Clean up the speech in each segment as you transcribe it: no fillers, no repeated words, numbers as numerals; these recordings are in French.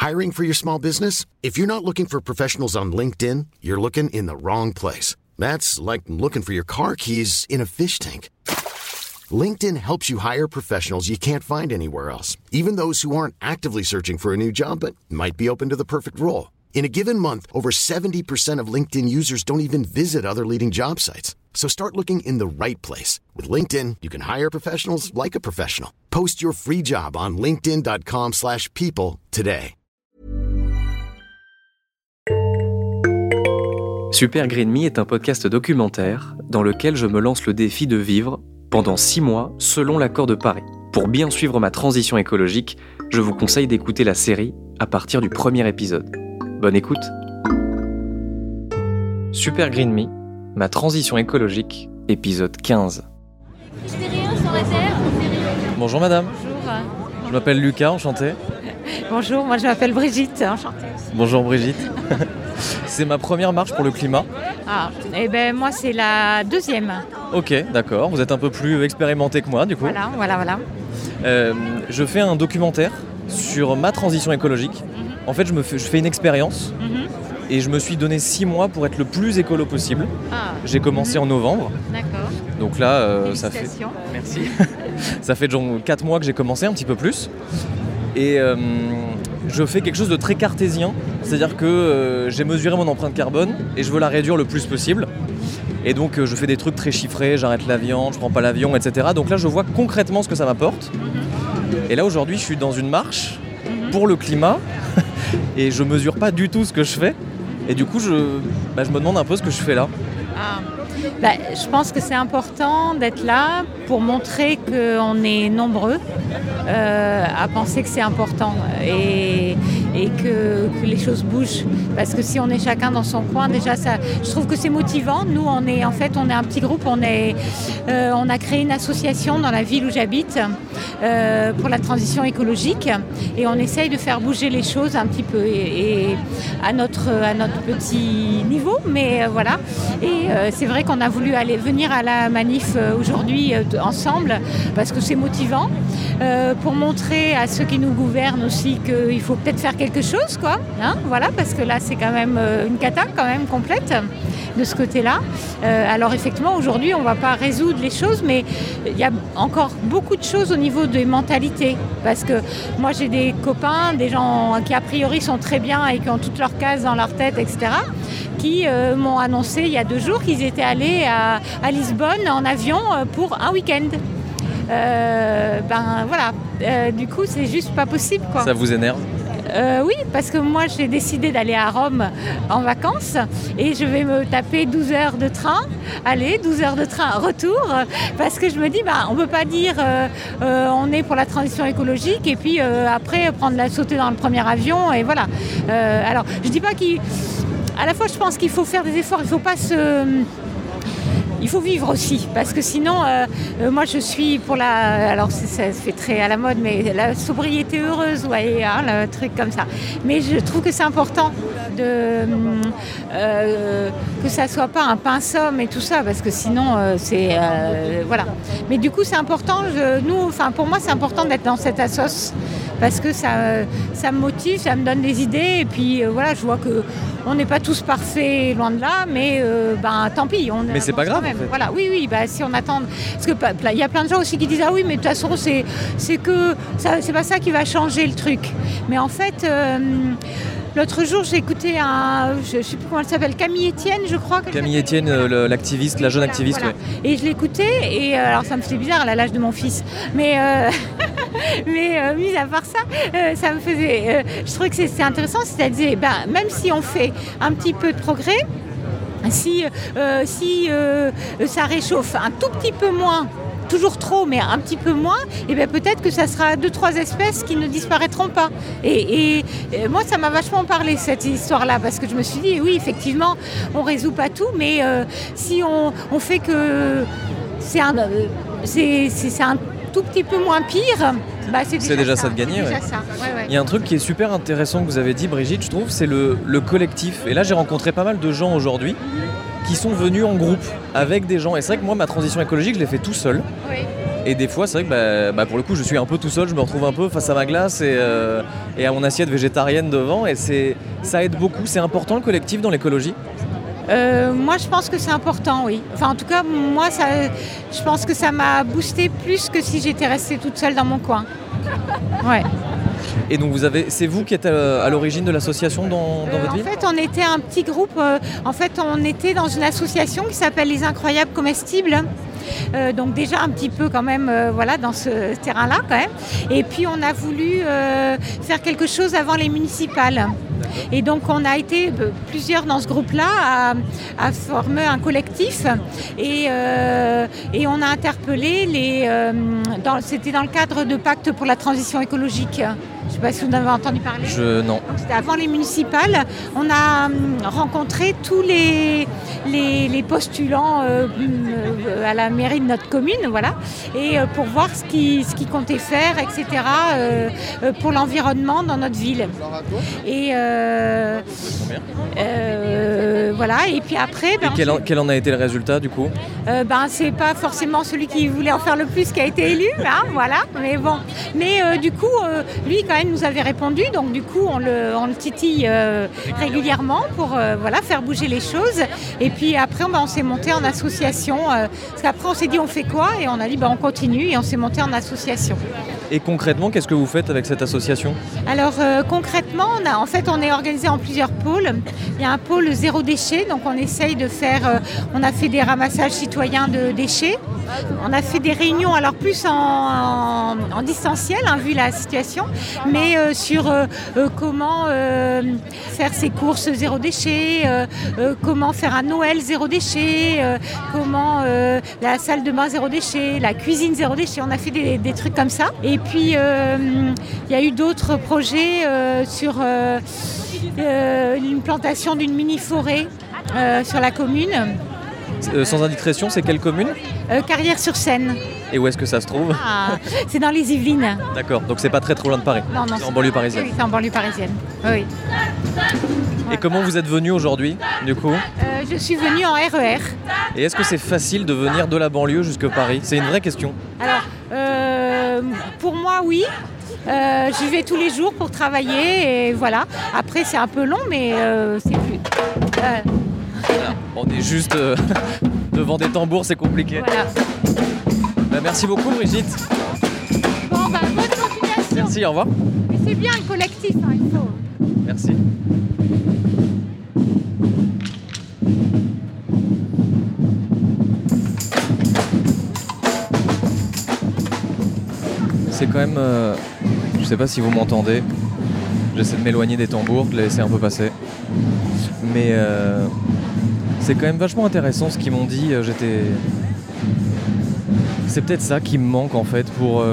Hiring for your small business? If you're not looking for professionals on LinkedIn, you're looking in the wrong place. That's like looking for your car keys in a fish tank. LinkedIn helps you hire professionals you can't find anywhere else, even those who aren't actively searching for a new job but might be open to the perfect role. In a given month, over 70% of LinkedIn users don't even visit other leading job sites. So start looking in the right place. With LinkedIn, you can hire professionals like a professional. Post your free job on linkedin.com/people today. Super Green Me est un podcast documentaire dans lequel je me lance le défi de vivre pendant 6 mois selon l'accord de Paris. Pour bien suivre ma transition écologique, je vous conseille d'écouter la série à partir du premier épisode. Bonne écoute. Super Green Me, ma transition écologique, épisode 15. Bonjour madame. Bonjour. Je m'appelle Lucas, enchanté. Bonjour, moi je m'appelle Brigitte, enchantée. Bonjour Brigitte. C'est ma première marche pour le climat. Ah, et ben moi c'est la deuxième. Ok, d'accord. Vous êtes un peu plus expérimenté que moi du coup. Voilà. Je fais un documentaire sur ma transition écologique. En fait, je fais une expérience et je me suis donné 6 mois pour être le plus écolo possible. Ah. J'ai commencé en novembre. D'accord. Donc là, ça fait... Félicitations. Merci. Ça fait genre 4 mois que j'ai commencé, un petit peu plus. Et je fais quelque chose de très cartésien. C'est-à-dire que j'ai mesuré mon empreinte carbone et je veux la réduire le plus possible. Et donc je fais des trucs très chiffrés, j'arrête la viande, je prends pas l'avion, etc. Donc là, je vois concrètement ce que ça m'apporte. Et là, aujourd'hui, je suis dans une marche pour le climat et je mesure pas du tout ce que je fais. Et du coup, je me demande un peu ce que je fais là. Ah. Je pense que c'est important d'être là pour montrer qu'on est nombreux à penser que c'est important et que les choses bougent. Parce que si on est chacun dans son coin, déjà, je trouve que c'est motivant. Nous, on est un petit groupe. On a créé une association dans la ville où j'habite pour la transition écologique et on essaye de faire bouger les choses un petit peu et à notre petit niveau. Mais voilà. Et c'est vrai qu'on a voulu venir à la manif aujourd'hui ensemble parce que c'est motivant pour montrer à ceux qui nous gouvernent aussi qu'il faut peut-être faire quelque chose, quoi. Voilà, parce que là c'est quand même une cata quand même complète de ce côté-là. Alors effectivement aujourd'hui on ne va pas résoudre les choses, mais il y a encore beaucoup de choses au niveau des mentalités. Parce que moi j'ai des copains, des gens qui a priori sont très bien et qui ont toutes leurs cases dans leur tête, etc., qui m'ont annoncé il y a 2 jours qu'ils étaient allés à Lisbonne en avion pour un week-end. Voilà, du coup c'est juste pas possible, quoi. Ça vous énerve ? Oui, parce que moi j'ai décidé d'aller à Rome en vacances et je vais me taper 12 heures de train aller, 12 heures de train retour, parce que je me dis on peut pas dire on est pour la transition écologique et puis après sauter dans le premier avion et voilà. Alors je dis pas à la fois je pense qu'il faut faire des efforts, il faut pas il faut vivre aussi, parce que sinon, moi je suis pour alors ça se fait très à la mode, mais la sobriété heureuse, ouais, le truc comme ça. Mais je trouve que c'est important que ça soit pas un pince-homme et tout ça, parce que sinon c'est voilà. Mais du coup c'est important, pour moi c'est important d'être dans cette assoce, parce que ça me motive, ça me donne des idées, et puis voilà, je vois que on n'est pas tous parfaits, loin de là, mais tant pis. Mais c'est pas grave. En fait. Voilà, oui, si on attend, parce que il y a plein de gens aussi qui disent ah oui, mais de toute façon c'est que ça, c'est pas ça qui va changer le truc. Mais en fait, l'autre jour j'ai écouté je sais plus comment elle s'appelle, Camille Etienne, je crois. Camille Etienne, l'activiste, la jeune activiste. Voilà. Ouais. Et je l'écoutais et alors ça me faisait bizarre, elle a l'âge de mon fils, mais mis à part ça, ça me faisait, je trouvais que c'est intéressant, c'est-à-dire même si on fait un petit peu de progrès, si ça réchauffe un tout petit peu moins, toujours trop, mais un petit peu moins, et bien peut-être que ça sera 2-3 espèces qui ne disparaîtront pas. Et moi, ça m'a vachement parlé, cette histoire-là, parce que je me suis dit, oui, effectivement, on ne résout pas tout, mais si on fait que c'est un tout petit peu moins pire, c'est déjà ça de gagner. Ouais. Il y a un truc qui est super intéressant que vous avez dit, Brigitte, je trouve, c'est le collectif. Et là, j'ai rencontré pas mal de gens aujourd'hui qui sont venus en groupe avec des gens. Et c'est vrai que moi, ma transition écologique, je l'ai fait tout seul. Oui. Et des fois, c'est vrai que pour le coup, je suis un peu tout seul, je me retrouve un peu face à ma glace et à mon assiette végétarienne devant. Et ça aide beaucoup. C'est important le collectif dans l'écologie. Moi, je pense que c'est important, oui. Enfin, en tout cas, moi, je pense que ça m'a boosté plus que si j'étais restée toute seule dans mon coin. Ouais. Et donc, c'est vous qui êtes à l'origine de l'association dans votre ville ? En fait, on était un petit groupe. On était dans une association qui s'appelle Les Incroyables Comestibles. Donc déjà un petit peu quand même dans ce terrain-là quand même. Et puis on a voulu faire quelque chose avant les municipales. Et donc on a été plusieurs dans ce groupe-là à former un collectif et on a interpellé c'était dans le cadre de Pacte pour la transition écologique. Je ne sais pas si vous en avez entendu parler. Non. Donc, c'était avant les municipales. On a rencontré tous les postulants à la mairie de notre commune, voilà, et pour voir ce qu'ils comptaient faire, etc. Pour l'environnement dans notre ville. Et voilà. Et puis après. Quel en a été le résultat du coup ? C'est pas forcément celui qui voulait en faire le plus qui a été élu, hein, voilà. Mais bon. Mais du coup, lui quand même nous avait répondu, donc du coup on le titille régulièrement pour faire bouger les choses. Et puis après on s'est monté en association, parce qu'après on s'est dit on fait quoi, et on a dit on continue, et on s'est monté en association. Et concrètement, qu'est-ce que vous faites avec cette association ? Alors concrètement, on est organisé en plusieurs pôles. Il y a un pôle zéro déchet, donc on essaye de faire, on a fait des ramassages citoyens de déchets. On a fait des réunions, alors plus en distanciel, vu la situation, mais sur comment faire ses courses zéro déchet, comment faire un Noël zéro déchet, comment la salle de bain zéro déchet, la cuisine zéro déchet. On a fait des trucs comme ça. Et puis, il y a eu d'autres projets sur l'implantation d'une mini-forêt sur la commune. Sans indiscrétion, c'est quelle commune ? Carrières-sur-Seine. Et où est-ce que ça se trouve ? C'est dans les Yvelines. D'accord, donc c'est pas très trop loin de Paris. Non, c'est en banlieue parisienne. Oui, c'est en banlieue parisienne. Oui. Et comment vous êtes venu aujourd'hui, du coup ? Je suis venue en RER. Et est-ce que c'est facile de venir de la banlieue jusqu'à Paris ? C'est une vraie question. Alors, pour moi, oui. J'y vais tous les jours pour travailler et voilà. Après, c'est un peu long, mais c'est plus... Voilà. On est juste devant des tambours, c'est compliqué. Voilà. Merci beaucoup, Brigitte. Bonne continuation. Merci, au revoir. Mais c'est bien le collectif, il faut. Merci. C'est quand même... je sais pas si vous m'entendez. J'essaie de m'éloigner des tambours, de les laisser un peu passer. Mais c'est quand même vachement intéressant ce qu'ils m'ont dit. C'est peut-être ça qui me manque en fait pour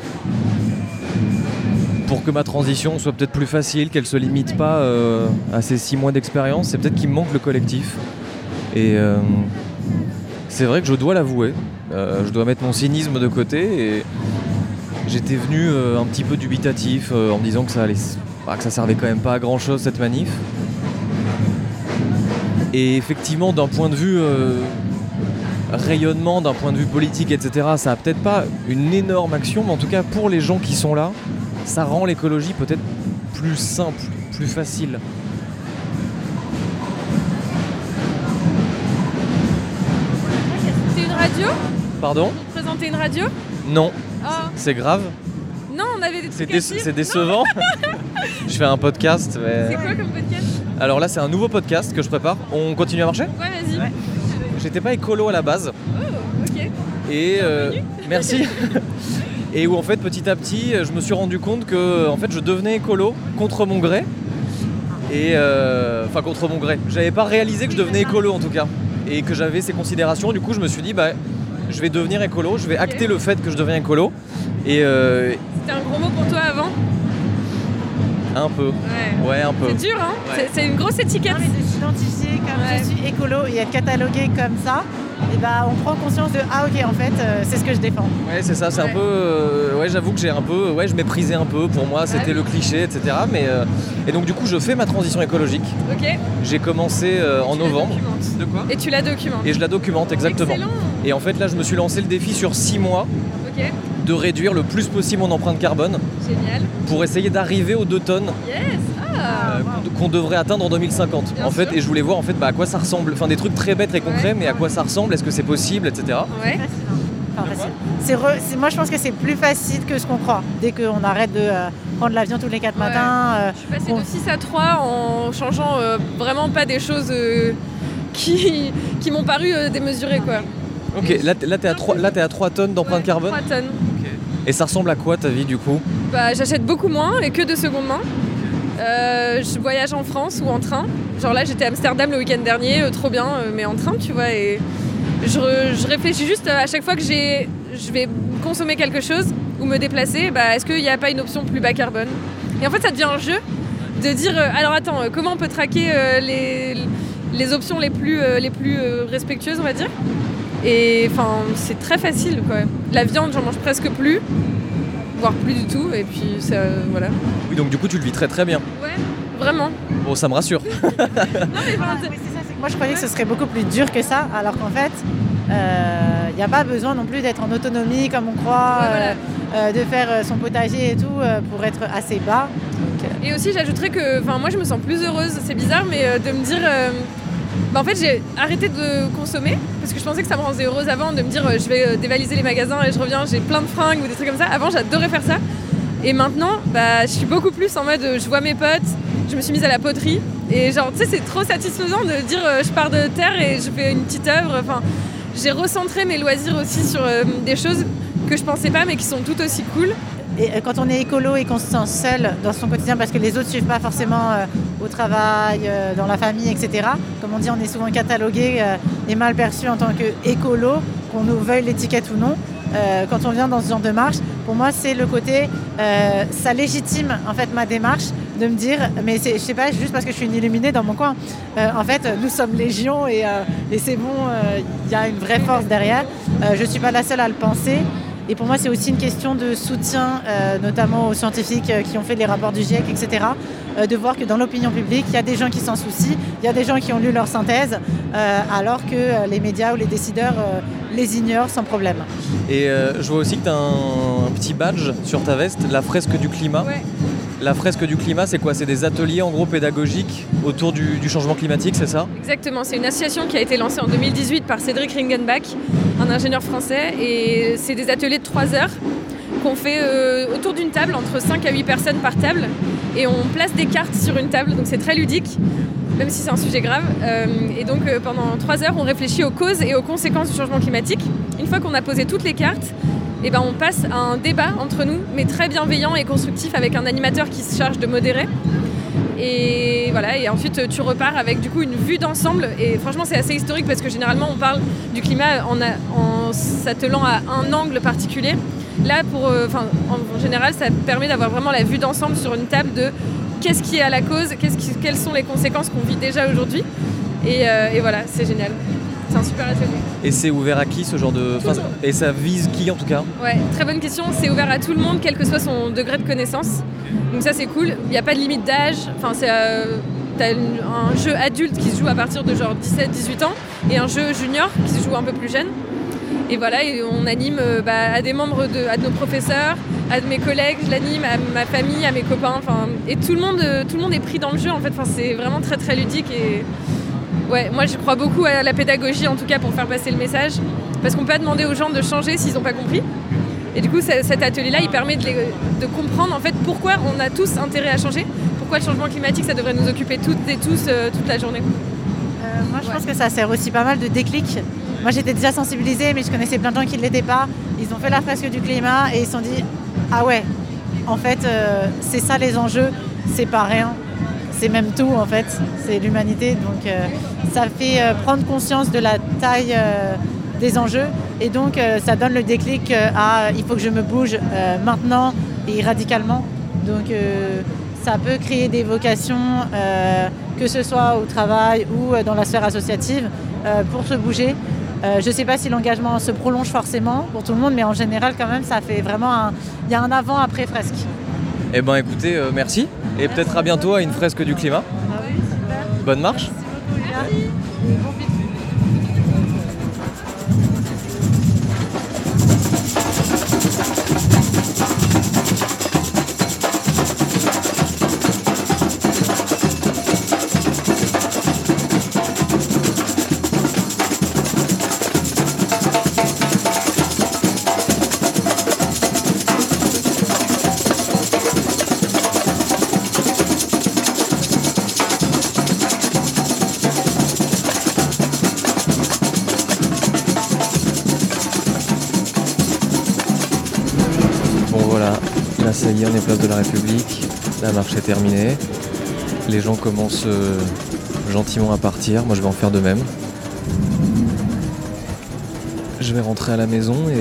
que ma transition soit peut-être plus facile, qu'elle se limite pas à ces 6 mois d'expérience. C'est peut-être qu'il me manque le collectif. Et c'est vrai que je dois l'avouer. Je dois mettre mon cynisme de côté. Et j'étais venu un petit peu dubitatif en me disant que ça servait quand même pas à grand chose cette manif. Et effectivement, d'un point de vue rayonnement, d'un point de vue politique, etc., ça a peut-être pas une énorme action, mais en tout cas pour les gens qui sont là, ça rend l'écologie peut-être plus simple, plus facile. C'est une radio ? Pardon ? Vous présentez une radio ? Non. Oh. C'est grave ? Non, on avait des trucs à dire. C'est décevant. Je fais un podcast. Mais... C'est quoi comme podcast ? Alors là, c'est un nouveau podcast que je prépare. On continue à marcher ? Ouais, vas-y. Ouais. J'étais pas écolo à la base. Oh, ok. Et merci. Et où en fait, petit à petit, je me suis rendu compte que en fait, je devenais écolo contre mon gré. Et enfin contre mon gré. J'avais pas réalisé que je devenais écolo en tout cas. Et que j'avais ces considérations. Du coup, je me suis dit, je vais devenir écolo. Je vais acter le fait que je deviens écolo. Et c'était un gros mot pour toi avant ? Un peu. Ouais, un peu. C'est dur, hein ? Ouais. C'est une grosse étiquette. Non, mais de s'identifier comme je suis écolo et être catalogué comme ça, et on prend conscience de ok, en fait, c'est ce que je défends. Ouais, c'est ça, c'est un peu. J'avoue que j'ai un peu. Je méprisais un peu. Pour moi, c'était le cliché, etc. Mais et donc du coup, je fais ma transition écologique. Ok. J'ai commencé en novembre. De quoi ? Et tu la documentes. Et je la documente, exactement. Excellent. Et en fait, là, je me suis lancé le défi sur 6 mois. Ok, de réduire le plus possible mon empreinte carbone génial. pour essayer d'arriver aux 2 tonnes Yes. qu'on devrait atteindre en 2050. Bien En fait, sûr. et je voulais voir en fait à quoi ça ressemble, enfin des trucs très bêtes, très concrets, mais à quoi ça ressemble, est-ce que c'est possible, etc. Ouais. Enfin, facile. Moi, je pense que c'est plus facile que ce qu'on croit. Dès qu'on arrête de prendre l'avion tous les 4 Ouais. matins. Je suis passée on- de 6 à 3 en changeant vraiment pas des choses qui m'ont paru démesurées, quoi. Ok, là t'es à 3 tonnes d'empreinte Ouais, carbone. 3 tonnes. Et ça ressemble à quoi ta vie du coup? Bah, j'achète beaucoup moins et que de seconde main. Je voyage en France ou en train. Genre là, j'étais à Amsterdam le week-end dernier, trop bien, mais en train, tu vois. Et je réfléchis juste à chaque fois que je vais consommer quelque chose ou me déplacer, bah, est-ce qu'il n'y a pas une option plus bas carbone? Et en fait, ça devient un jeu de dire, alors attends, comment on peut traquer les options les plus respectueuses, on va dire. Et enfin, c'est très facile, quoi. La viande, j'en mange presque plus, voire plus du tout, et puis ça, voilà. Oui, donc du coup tu le vis très très bien. Ouais, vraiment. Bon, ça me rassure. Non mais enfin, Oui, c'est ça, c'est que moi, je croyais que ce serait beaucoup plus dur que ça, alors qu'en fait, il n'y a pas besoin non plus d'être en autonomie comme on croit, Ouais, voilà. de faire son potager et tout pour être assez bas. Donc, Et aussi, j'ajouterais que, enfin, moi, je me sens plus heureuse. C'est bizarre, mais de me dire, en fait, j'ai arrêté de consommer parce que je pensais que ça me rendait heureuse avant de me dire, je vais dévaliser les magasins et je reviens, j'ai plein de fringues ou des trucs comme ça. Avant, j'adorais faire ça. Et maintenant, bah, je suis beaucoup plus en mode, je vois mes potes, je me suis mise à la poterie et genre, tu sais, c'est trop satisfaisant de dire, je pars de terre et je fais une petite œuvre. Enfin, j'ai recentré mes loisirs aussi sur des choses que je pensais pas, mais qui sont tout aussi cool. Et quand on est écolo et qu'on se sent seul dans son quotidien parce que les autres ne suivent pas forcément au travail, dans la famille, etc. Comme on dit, on est souvent catalogué et mal perçu en tant qu'écolo, qu'on nous veuille l'étiquette ou non. Quand on vient dans ce genre de marche, pour moi, c'est le côté, ça légitime en fait ma démarche de me dire, mais je sais pas, juste parce que je suis une illuminée dans mon coin. En fait, nous sommes légion et c'est bon, il y a une vraie force derrière. Je suis pas la seule à le penser. Et pour moi, c'est aussi une question de soutien, notamment aux scientifiques qui ont fait les rapports du GIEC, etc. De voir que dans l'opinion publique, il y a des gens qui s'en soucient, il y a des gens qui ont lu leur synthèse, alors que les médias ou les décideurs les ignorent sans problème. Et je vois aussi que tu as un petit badge sur ta veste, la fresque du climat. Ouais. La fresque du climat, c'est quoi? C'est des ateliers en gros pédagogiques autour du changement climatique, c'est ça? Exactement, c'est une association qui a été lancée en 2018 par Cédric Ringenbach, un ingénieur français, et c'est des ateliers de 3 heures qu'on fait autour d'une table, entre 5 à 8 personnes par table, et on place des cartes sur une table, donc c'est très ludique, même si c'est un sujet grave. Et donc pendant 3 heures, on réfléchit aux causes et aux conséquences du changement climatique. Une fois qu'on a posé toutes les cartes, et ben on passe à un débat entre nous, mais très bienveillant et constructif, avec un animateur qui se charge de modérer. Et voilà, et ensuite tu repars avec du coup une vue d'ensemble. Et franchement, c'est assez historique parce que généralement on parle du climat en s'attelant à un angle particulier. Là, en général, ça permet d'avoir vraiment la vue d'ensemble sur une table de qu'est-ce qui est à la cause, quelles sont les conséquences qu'on vit déjà aujourd'hui. Et voilà, c'est génial. C'est un super atelier. Et c'est ouvert à qui ce genre de... Tout le monde. Et ça vise qui en tout cas? Ouais, très bonne question. C'est ouvert à tout le monde, quel que soit son degré de connaissance. Donc ça, c'est cool. Il n'y a pas de limite d'âge. Enfin, t'as un jeu adulte qui se joue à partir de genre 17-18 ans et un jeu junior qui se joue un peu plus jeune. Et voilà, et on anime à des membres, à nos professeurs, à mes collègues, je l'anime, à ma famille, à mes copains. Enfin, et tout le monde est pris dans le jeu en fait. Enfin, c'est vraiment très très ludique et... Ouais, moi je crois beaucoup à la pédagogie en tout cas pour faire passer le message parce qu'on peut demander aux gens de changer s'ils n'ont pas compris et du coup cet atelier-là il permet de comprendre en fait pourquoi on a tous intérêt à changer, pourquoi le changement climatique ça devrait nous occuper toutes et tous toute la journée. Moi je pense que ça sert aussi pas mal de déclic. Moi j'étais déjà sensibilisée mais je connaissais plein de gens qui ne l'étaient pas. Ils ont fait la fresque du climat et ils se sont dit ah ouais, en fait c'est ça les enjeux, c'est pas rien. C'est même tout en fait, c'est l'humanité. Donc ça fait prendre conscience de la taille des enjeux et donc ça donne le déclic à il faut que je me bouge maintenant et radicalement. Donc ça peut créer des vocations, que ce soit au travail ou dans la sphère associative, pour se bouger. Je ne sais pas si l'engagement se prolonge forcément pour tout le monde, mais en général quand même ça fait vraiment il y a un avant-après fresque. Eh ben écoutez, merci. Et peut-être à bientôt à une fresque du climat. Bonne marche. Ça y est, on est place de la République. La marche est terminée. Les gens commencent gentiment à partir. Moi, je vais en faire de même. Je vais rentrer à la maison et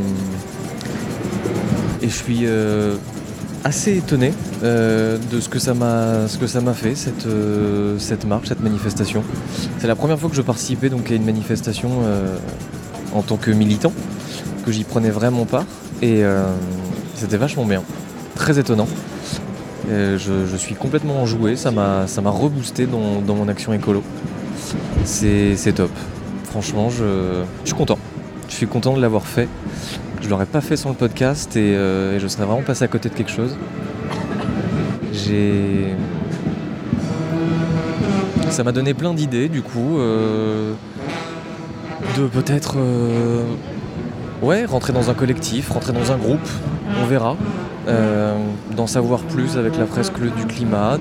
je suis assez étonné de ce que ça m'a fait cette marche, cette manifestation. C'est la première fois que je participais donc à une manifestation en tant que militant, que j'y prenais vraiment part et c'était vachement bien, très étonnant. Je suis complètement enjoué, ça m'a reboosté dans mon action écolo. C'est top. Franchement, je suis content. Je suis content de l'avoir fait. Je l'aurais pas fait sans le podcast et je serais vraiment passé à côté de quelque chose. Ça m'a donné plein d'idées du coup de peut-être rentrer dans un collectif, rentrer dans un groupe, on verra. D'en savoir plus avec la fresque du climat,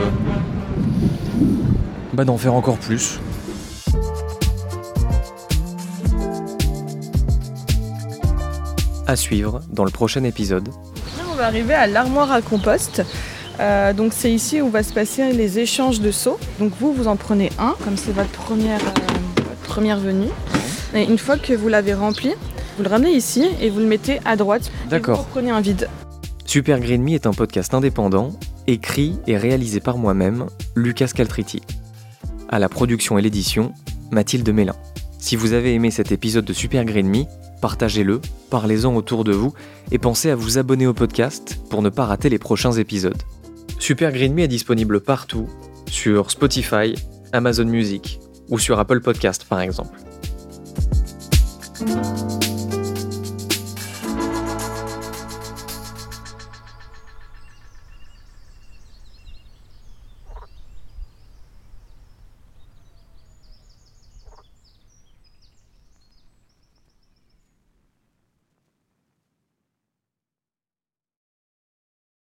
d'en faire encore plus. À suivre dans le prochain épisode. Là, on va arriver à l'armoire à compost. Donc c'est ici où va se passer les échanges de seaux. Donc vous en prenez un, comme c'est votre première venue. Et une fois que vous l'avez rempli, vous le ramenez ici et vous le mettez à droite. D'accord. Et vous reprenez un vide. Super Green Me est un podcast indépendant, écrit et réalisé par moi-même, Lucas Caltriti. À la production et l'édition, Mathilde Mélin. Si vous avez aimé cet épisode de Super Green Me, partagez-le, parlez-en autour de vous et pensez à vous abonner au podcast pour ne pas rater les prochains épisodes. Super Green Me est disponible partout, sur Spotify, Amazon Music ou sur Apple Podcast par exemple.